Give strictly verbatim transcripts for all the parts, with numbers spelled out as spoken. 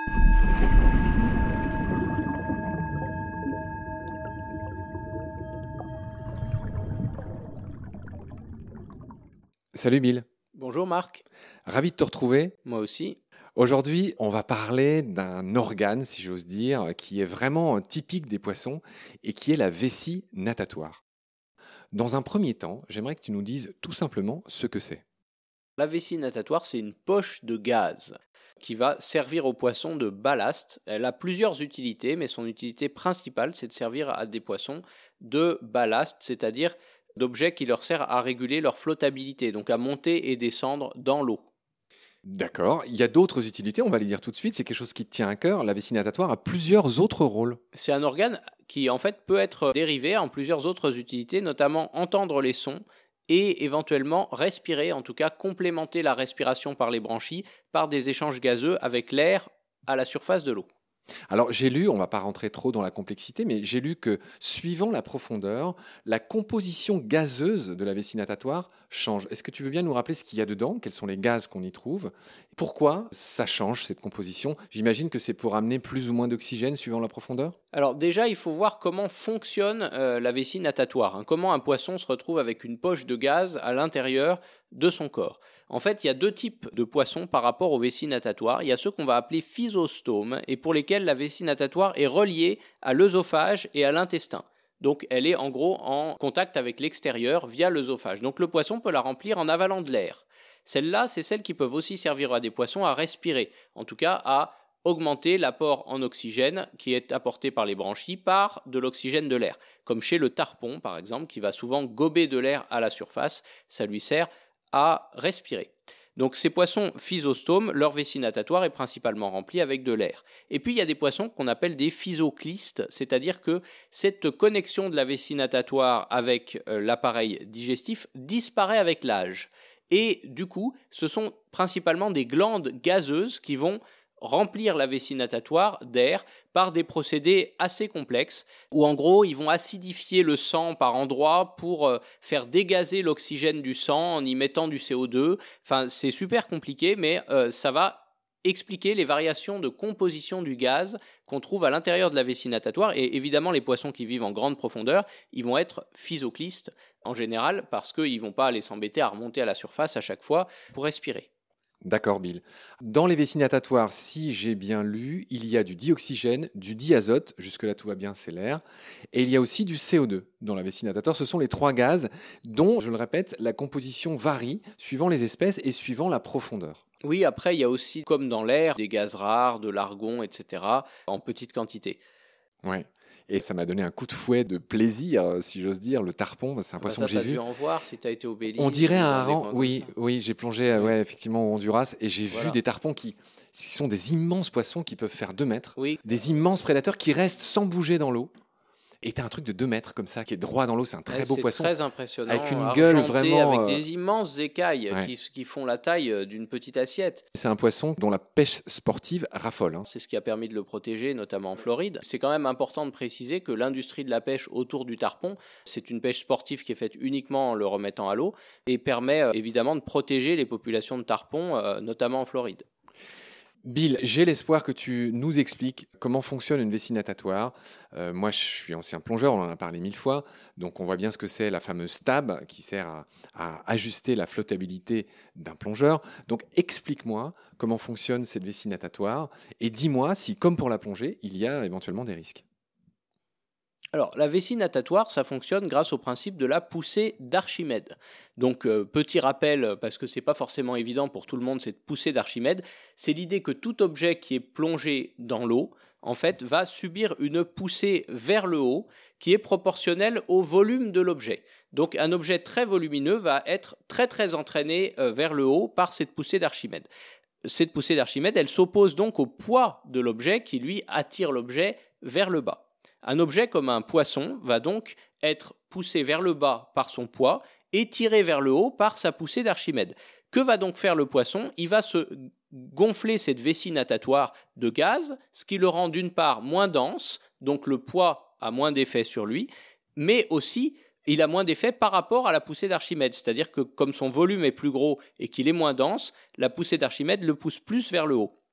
Salut Bill. Bonjour Marc. Ravi de te retrouver. Moi aussi. Aujourd'hui, on va parler d'un organe, si j'ose dire, qui est vraiment typique des poissons et qui est la vessie natatoire. Dans un premier temps, j'aimerais que tu nous dises tout simplement ce que c'est. La vessie natatoire, c'est une poche de gaz qui va servir aux poissons de ballast. Elle a plusieurs utilités, mais son utilité principale, c'est de servir à des poissons de ballast, c'est-à-dire d'objets qui leur servent à réguler leur flottabilité, donc à monter et descendre dans l'eau. D'accord. Il y a d'autres utilités, on va les dire tout de suite. C'est quelque chose qui te tient à cœur. La vessie natatoire a plusieurs autres rôles. C'est un organe qui, en fait, peut être dérivé en plusieurs autres utilités, notamment entendre les sons et éventuellement respirer, en tout cas complémenter la respiration par les branchies par des échanges gazeux avec l'air à la surface de l'eau. Alors j'ai lu, on ne va pas rentrer trop dans la complexité, mais j'ai lu que suivant la profondeur, la composition gazeuse de la vessie natatoire change. Est-ce que tu veux bien nous rappeler ce qu'il y a dedans? Quels sont les gaz qu'on y trouve? Pourquoi ça change cette composition? J'imagine que c'est pour amener plus ou moins d'oxygène suivant la profondeur? Alors déjà, il faut voir comment fonctionne euh, la vessie natatoire, hein. Comment un poisson se retrouve avec une poche de gaz à l'intérieur de son corps. En fait, il y a deux types de poissons par rapport aux vessies natatoires. Il y a ceux qu'on va appeler physostomes et pour lesquels la vessie natatoire est reliée à l'œsophage et à l'intestin. Donc elle est en gros en contact avec l'extérieur via l'œsophage. Donc le poisson peut la remplir en avalant de l'air. Celles-là, c'est celles qui peuvent aussi servir à des poissons à respirer, en tout cas à augmenter l'apport en oxygène qui est apporté par les branchies par de l'oxygène de l'air. Comme chez le tarpon par exemple, qui va souvent gober de l'air à la surface, ça lui sert à respirer. Donc ces poissons physostomes, leur vessie natatoire est principalement remplie avec de l'air. Et puis il y a des poissons qu'on appelle des physoclystes, c'est-à-dire que cette connexion de la vessie natatoire avec euh, l'appareil digestif disparaît avec l'âge. Et du coup, ce sont principalement des glandes gazeuses qui vont remplir la vessie natatoire d'air par des procédés assez complexes où en gros ils vont acidifier le sang par endroits pour euh, faire dégazer l'oxygène du sang en y mettant du C O deux. Enfin, c'est super compliqué, mais euh, ça va expliquer les variations de composition du gaz qu'on trouve à l'intérieur de la vessie natatoire. Et évidemment, les poissons qui vivent en grande profondeur, ils vont être physoclystes en général parce qu'ils ne vont pas aller s'embêter à remonter à la surface à chaque fois pour respirer. D'accord, Bill. Dans les vessies natatoires, si j'ai bien lu, il y a du dioxygène, du diazote, jusque-là tout va bien, c'est l'air, et il y a aussi du C O deux dans la vessie natatoire. Ce sont les trois gaz dont, je le répète, la composition varie suivant les espèces et suivant la profondeur. Oui, après, il y a aussi, comme dans l'air, des gaz rares, de l'argon, et cetera, en petite quantité. Oui. Et ça m'a donné un coup de fouet de plaisir, si j'ose dire. Le tarpon, c'est un poisson bah ça, que j'ai vu. Tu as dû en voir si tu as été au Belize. On dirait un hareng. Oui, oui, j'ai plongé oui. ouais, effectivement au Honduras et j'ai voilà. vu des tarpons qui, qui sont des immenses poissons qui peuvent faire deux mètres. Oui. Des immenses prédateurs qui restent sans bouger dans l'eau. Et t'as un truc de deux mètres comme ça qui est droit dans l'eau, c'est un très ouais, beau poisson. C'est très impressionnant. Avec une gueule vraiment. Avec des immenses écailles ouais. qui, qui font la taille d'une petite assiette. C'est un poisson dont la pêche sportive raffole. Hein. C'est ce qui a permis de le protéger, notamment en Floride. C'est quand même important de préciser que l'industrie de la pêche autour du tarpon, c'est une pêche sportive qui est faite uniquement en le remettant à l'eau et permet euh, évidemment de protéger les populations de tarpons, euh, notamment en Floride. Bill, j'ai l'espoir que tu nous expliques comment fonctionne une vessie natatoire. Euh, moi, je suis ancien plongeur, on en a parlé mille fois, donc on voit bien ce que c'est la fameuse tab qui sert à, à ajuster la flottabilité d'un plongeur. Donc explique-moi comment fonctionne cette vessie natatoire et dis-moi si, comme pour la plongée, il y a éventuellement des risques. Alors, la vessie natatoire, ça fonctionne grâce au principe de la poussée d'Archimède. Donc, euh, petit rappel, parce que c'est pas forcément évident pour tout le monde, cette poussée d'Archimède, c'est l'idée que tout objet qui est plongé dans l'eau, en fait, va subir une poussée vers le haut qui est proportionnelle au volume de l'objet. Donc, un objet très volumineux va être très très entraîné euh, vers le haut par cette poussée d'Archimède. Cette poussée d'Archimède, elle s'oppose donc au poids de l'objet qui, lui, attire l'objet vers le bas. Un objet comme un poisson va donc être poussé vers le bas par son poids et tiré vers le haut par sa poussée d'Archimède. Que va donc faire le poisson ? Il va se gonfler cette vessie natatoire de gaz, ce qui le rend d'une part moins dense, donc le poids a moins d'effet sur lui, mais aussi il a moins d'effet par rapport à la poussée d'Archimède. C'est-à-dire que comme son volume est plus gros et qu'il est moins dense, la poussée d'Archimède le pousse plus vers le haut.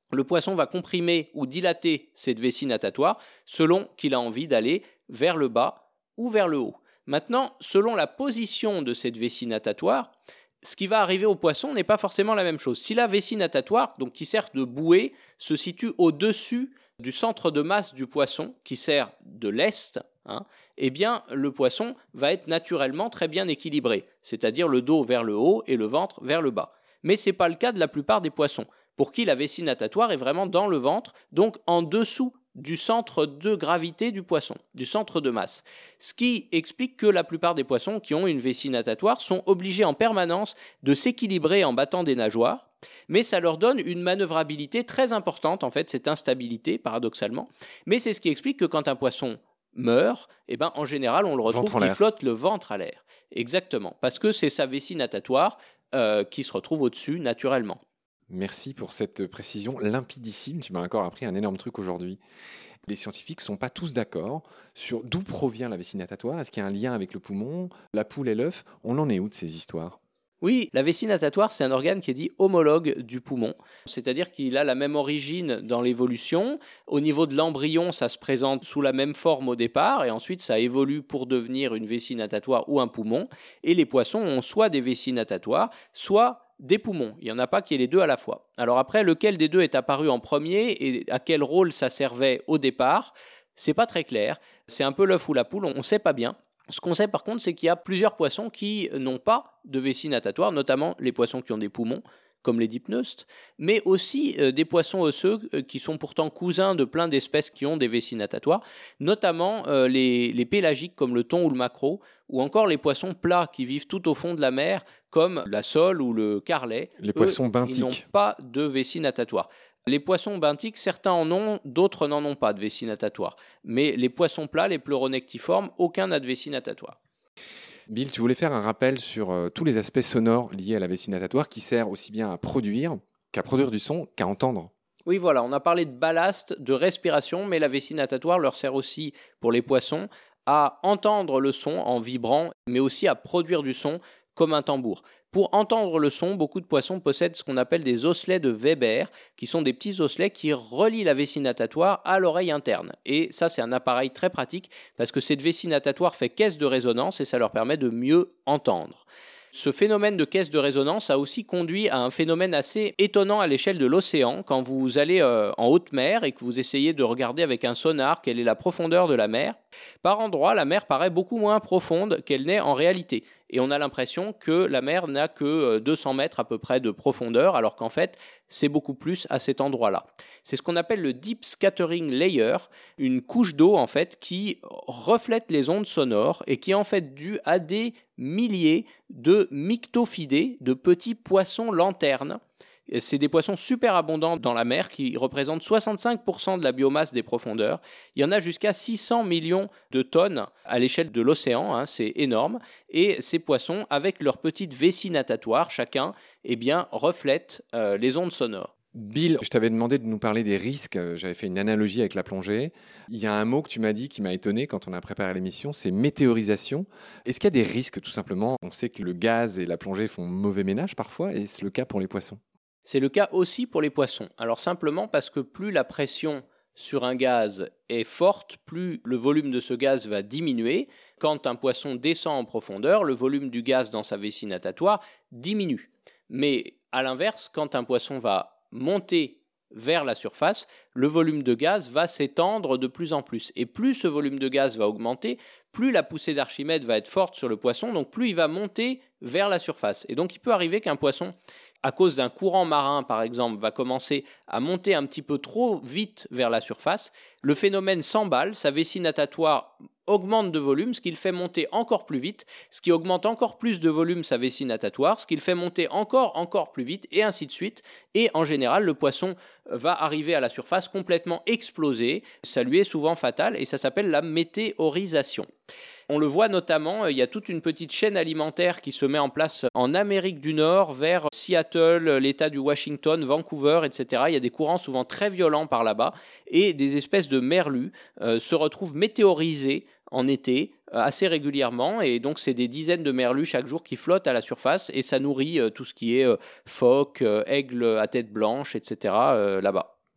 le poisson va comprimer ou dilater cette vessie natatoire selon qu'il a envie d'aller vers le bas ou vers le haut. Maintenant, selon la position de cette vessie natatoire, ce qui va arriver au poisson n'est pas forcément la même chose. Si la vessie natatoire, donc qui sert de bouée, se situe au-dessus du centre de masse du poisson, qui sert de lest, hein, eh bien le poisson va être naturellement très bien équilibré, c'est-à-dire le dos vers le haut et le ventre vers le bas. Mais ce n'est pas le cas de la plupart des poissons, pour qui la vessie natatoire est vraiment dans le ventre, donc en dessous du centre de gravité du poisson, du centre de masse. Ce qui explique que la plupart des poissons qui ont une vessie natatoire sont obligés en permanence de s'équilibrer en battant des nageoires, mais ça leur donne une manœuvrabilité très importante, en fait, cette instabilité, paradoxalement. Mais c'est ce qui explique que quand un poisson meurt, eh ben, en général, on le retrouve qui flotte le ventre à l'air. Exactement, parce que c'est sa vessie natatoire euh, qui se retrouve au-dessus naturellement. Merci pour cette précision limpidissime. Tu m'as encore appris un énorme truc aujourd'hui. Les scientifiques ne sont pas tous d'accord sur d'où provient la vessie natatoire. Est-ce qu'il y a un lien avec le poumon, la poule et l'œuf? On en est où de ces histoires? Oui, la vessie natatoire, c'est un organe qui est dit homologue du poumon, c'est-à-dire qu'il a la même origine dans l'évolution. Au niveau de l'embryon, ça se présente sous la même forme au départ, et ensuite ça évolue pour devenir une vessie natatoire ou un poumon. Et les poissons ont soit des vessies natatoires, soit des poumons. Il n'y en a pas qui est les deux à la fois. Alors après, lequel des deux est apparu en premier et à quel rôle ça servait au départ, c'est pas très clair. C'est un peu l'œuf ou la poule, on ne sait pas bien. Ce qu'on sait par contre, c'est qu'il y a plusieurs poissons qui n'ont pas de vessie natatoire, notamment les poissons qui ont des poumons, comme les dipneustes, mais aussi euh, des poissons osseux euh, qui sont pourtant cousins de plein d'espèces qui ont des vessies natatoires, notamment euh, les, les pélagiques comme le thon ou le maquereau, ou encore les poissons plats qui vivent tout au fond de la mer, comme la sole ou le carlet. Les poissons Eux, benthiques. Ils n'ont pas de vessie natatoire. Les poissons benthiques, certains en ont, d'autres n'en ont pas de vessie natatoire. Mais les poissons plats, les pleuronectiformes, aucun n'a de vessie natatoire. Bill, tu voulais faire un rappel sur euh, tous les aspects sonores liés à la vessie natatoire qui sert aussi bien à produire qu'à produire du son qu'à entendre. Oui, voilà, on a parlé de ballast, de respiration, mais la vessie natatoire leur sert aussi, pour les poissons, à entendre le son en vibrant, mais aussi à produire du son comme un tambour. Pour entendre le son, beaucoup de poissons possèdent ce qu'on appelle des osselets de Weber, qui sont des petits osselets qui relient la vessie natatoire à l'oreille interne. Et ça, c'est un appareil très pratique, parce que cette vessie natatoire fait caisse de résonance et ça leur permet de mieux entendre. Ce phénomène de caisse de résonance a aussi conduit à un phénomène assez étonnant à l'échelle de l'océan. Quand vous allez euh, en haute mer et que vous essayez de regarder avec un sonar quelle est la profondeur de la mer, par endroits, la mer paraît beaucoup moins profonde qu'elle n'est en réalité. Et on a l'impression que la mer n'a que deux cents mètres à peu près de profondeur, alors qu'en fait, c'est beaucoup plus à cet endroit-là. C'est ce qu'on appelle le Deep Scattering Layer, une couche d'eau en fait qui reflète les ondes sonores et qui est en fait due à des milliers de myctophidés, de petits poissons lanternes. C'est des poissons super abondants dans la mer qui représentent soixante-cinq pour cent de la biomasse des profondeurs. Il y en a jusqu'à six cents millions de tonnes à l'échelle de l'océan, hein, c'est énorme. Et ces poissons, avec leur petite vessie natatoire, chacun, eh bien, reflètent euh, les ondes sonores. Bill, je t'avais demandé de nous parler des risques. J'avais fait une analogie avec la plongée. Il y a un mot que tu m'as dit qui m'a étonné quand on a préparé l'émission, c'est météorisation. Est-ce qu'il y a des risques tout simplement? On sait que le gaz et la plongée font mauvais ménage parfois, et c'est le cas pour les poissons. C'est le cas aussi pour les poissons. Alors simplement parce que plus la pression sur un gaz est forte, plus le volume de ce gaz va diminuer. Quand un poisson descend en profondeur, le volume du gaz dans sa vessie natatoire diminue. Mais à l'inverse, quand un poisson va monter vers la surface, le volume de gaz va s'étendre de plus en plus. Et plus ce volume de gaz va augmenter, plus la poussée d'Archimède va être forte sur le poisson, donc plus il va monter vers la surface. Et donc il peut arriver qu'un poisson, à cause d'un courant marin par exemple, va commencer à monter un petit peu trop vite vers la surface. Le phénomène s'emballe, sa vessie natatoire augmente de volume, ce qui le fait monter encore plus vite, ce qui augmente encore plus de volume sa vessie natatoire, ce qui le fait monter encore, encore plus vite, et ainsi de suite. Et en général, le poisson va arriver à la surface complètement explosé. Ça lui est souvent fatal et ça s'appelle la météorisation. On le voit notamment, il y a toute une petite chaîne alimentaire qui se met en place en Amérique du Nord, vers Seattle, l'État du Washington, Vancouver, et cetera. Il y a des courants souvent très violents par là-bas et des espèces de merlus euh, se retrouvent météorisés en été euh, assez régulièrement, et donc c'est des dizaines de merlus chaque jour qui flottent à la surface et ça nourrit euh, tout ce qui est euh, phoques, euh, aigles à tête blanche, et cetera euh, là-bas.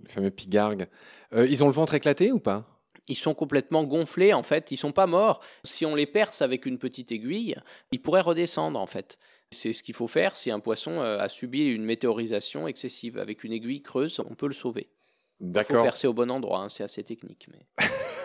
le fameux pigargue. Euh, ils ont le ventre éclaté ou pas ? Ils sont complètement gonflés, en fait. Ils sont pas morts. Si on les perce avec une petite aiguille, ils pourraient redescendre, en fait. C'est ce qu'il faut faire si un poisson a subi une météorisation excessive. Avec une aiguille creuse, on peut le sauver. D'accord. Il faut percer au bon endroit, hein, c'est assez technique. Mais...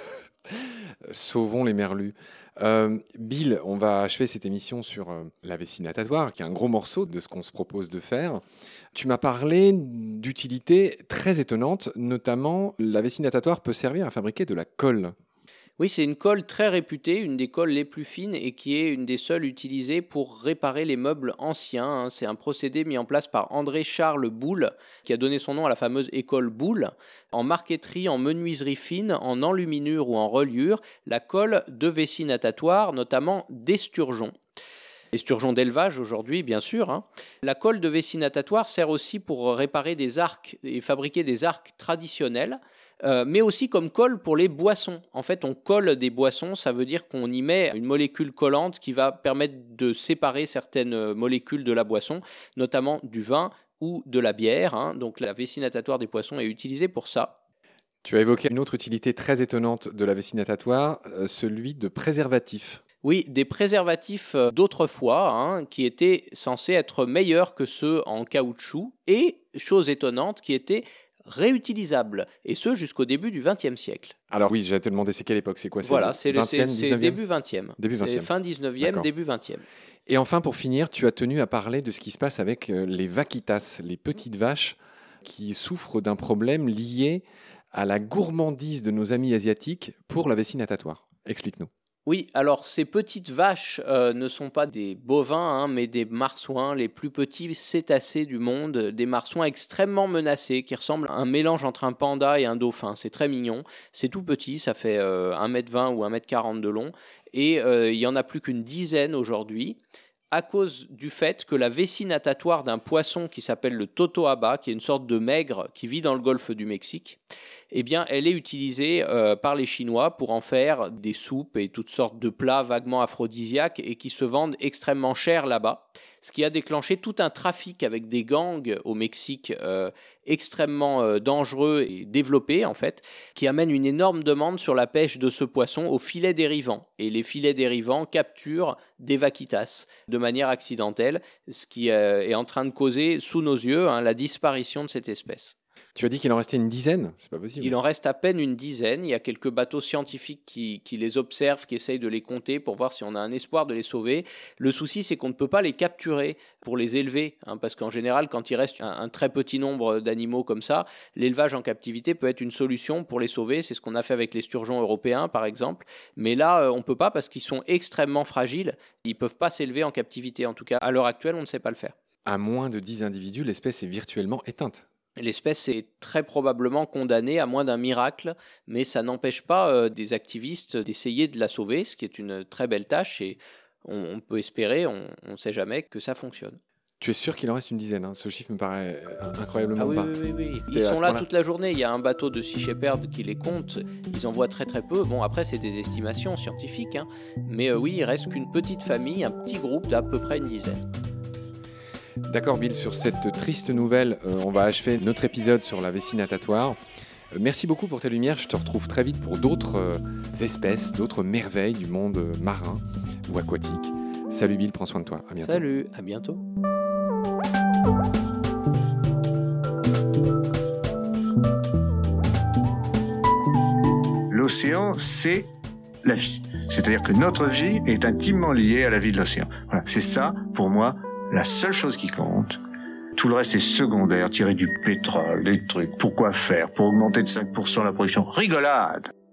Sauvons les merlus. Euh, Bill, on va achever cette émission sur euh, la vessie natatoire, qui est un gros morceau de ce qu'on se propose de faire. Tu m'as parlé d'utilités très étonnantes, notamment la vessie natatoire peut servir à fabriquer de la colle. Oui, c'est une colle très réputée, une des colles les plus fines et qui est une des seules utilisées pour réparer les meubles anciens. C'est un procédé mis en place par André-Charles Boulle, qui a donné son nom à la fameuse école Boulle. En marqueterie, en menuiserie fine, en enluminure ou en reliure, la colle de vessie natatoire, notamment d'esturgeon. Esturgeon d'élevage aujourd'hui, bien sûr. Hein. La colle de vessie natatoire sert aussi pour réparer des arcs et fabriquer des arcs traditionnels. Euh, mais aussi comme colle pour les boissons. En fait, on colle des boissons, ça veut dire qu'on y met une molécule collante qui va permettre de séparer certaines molécules de la boisson, notamment du vin ou de la bière. Hein. Donc la vessie natatoire des poissons est utilisée pour ça. Tu as évoqué une autre utilité très étonnante de la vessie natatoire, euh, celui de préservatif. Oui, des préservatifs d'autrefois hein, qui étaient censés être meilleurs que ceux en caoutchouc et, chose étonnante, qui étaient réutilisable, et ce jusqu'au début du vingtième siècle. Alors oui, j'allais te demander, c'est quelle époque, c'est quoi? C'est Voilà, c'est, le, c'est, c'est début vingtième. Début vingtième. C'est fin dix-neuvième, D'accord. Début vingtième. Et enfin, pour finir, tu as tenu à parler de ce qui se passe avec les vaquitas, les petites vaches qui souffrent d'un problème lié à la gourmandise de nos amis asiatiques pour la vessie natatoire. Explique-nous. Oui, alors ces petites vaches euh, ne sont pas des bovins, hein, mais des marsouins, les plus petits cétacés du monde, des marsouins extrêmement menacés, qui ressemblent à un mélange entre un panda et un dauphin. C'est très mignon, c'est tout petit, ça fait euh, un mètre vingt ou un mètre quarante de long, et euh, il n'y en a plus qu'une dizaine aujourd'hui, à cause du fait que la vessie natatoire d'un poisson qui s'appelle le totoaba, qui est une sorte de maigre qui vit dans le golfe du Mexique, eh bien, elle est utilisée euh, par les Chinois pour en faire des soupes et toutes sortes de plats vaguement aphrodisiaques et qui se vendent extrêmement cher là-bas, ce qui a déclenché tout un trafic avec des gangs au Mexique euh, extrêmement euh, dangereux et développés, en fait, qui amène une énorme demande sur la pêche de ce poisson aux filets dérivants. Et les filets dérivants capturent des vaquitas de manière accidentelle, ce qui euh, est en train de causer, sous nos yeux, hein, la disparition de cette espèce. Tu as dit qu'il en restait une dizaine? C'est pas possible. Il en reste à peine une dizaine. Il y a quelques bateaux scientifiques qui, qui les observent, qui essayent de les compter pour voir si on a un espoir de les sauver. Le souci, c'est qu'on ne peut pas les capturer pour les élever, hein, parce qu'en général, quand il reste un, un très petit nombre d'animaux comme ça, l'élevage en captivité peut être une solution pour les sauver. C'est ce qu'on a fait avec les sturgeons européens, par exemple. Mais là, on ne peut pas parce qu'ils sont extrêmement fragiles. Ils ne peuvent pas s'élever en captivité. En tout cas, à l'heure actuelle, on ne sait pas le faire. À moins de dix individus, l'espèce est virtuellement éteinte. L'espèce est très probablement condamnée à moins d'un miracle, mais ça n'empêche pas euh, des activistes d'essayer de la sauver, ce qui est une très belle tâche, et on, on peut espérer, on ne sait jamais, que ça fonctionne. Tu es sûr qu'il en reste une dizaine, hein? Ce chiffre me paraît incroyablement ah oui, bas. Oui, oui, oui. Ils sont là toute la journée, il y a un bateau de Sea Shepherd qui les compte, ils en voient très très peu. Bon, après c'est des estimations scientifiques, hein. Mais euh, oui, il reste qu'une petite famille, un petit groupe d'à peu près une dizaine. D'accord Bill, sur cette triste nouvelle, euh, on va achever notre épisode sur la vessie natatoire. Euh, merci beaucoup pour tes lumières, je te retrouve très vite pour d'autres euh, espèces, d'autres merveilles du monde euh, marin ou aquatique. Salut Bill, prends soin de toi, à bientôt. Salut, à bientôt. L'océan, c'est la vie. C'est-à-dire que notre vie est intimement liée à la vie de l'océan. Voilà, c'est ça, pour moi, la seule chose qui compte. Tout le reste est secondaire, tirer du pétrole, des trucs. Pourquoi faire? Pour augmenter de cinq pour cent la production? Rigolade!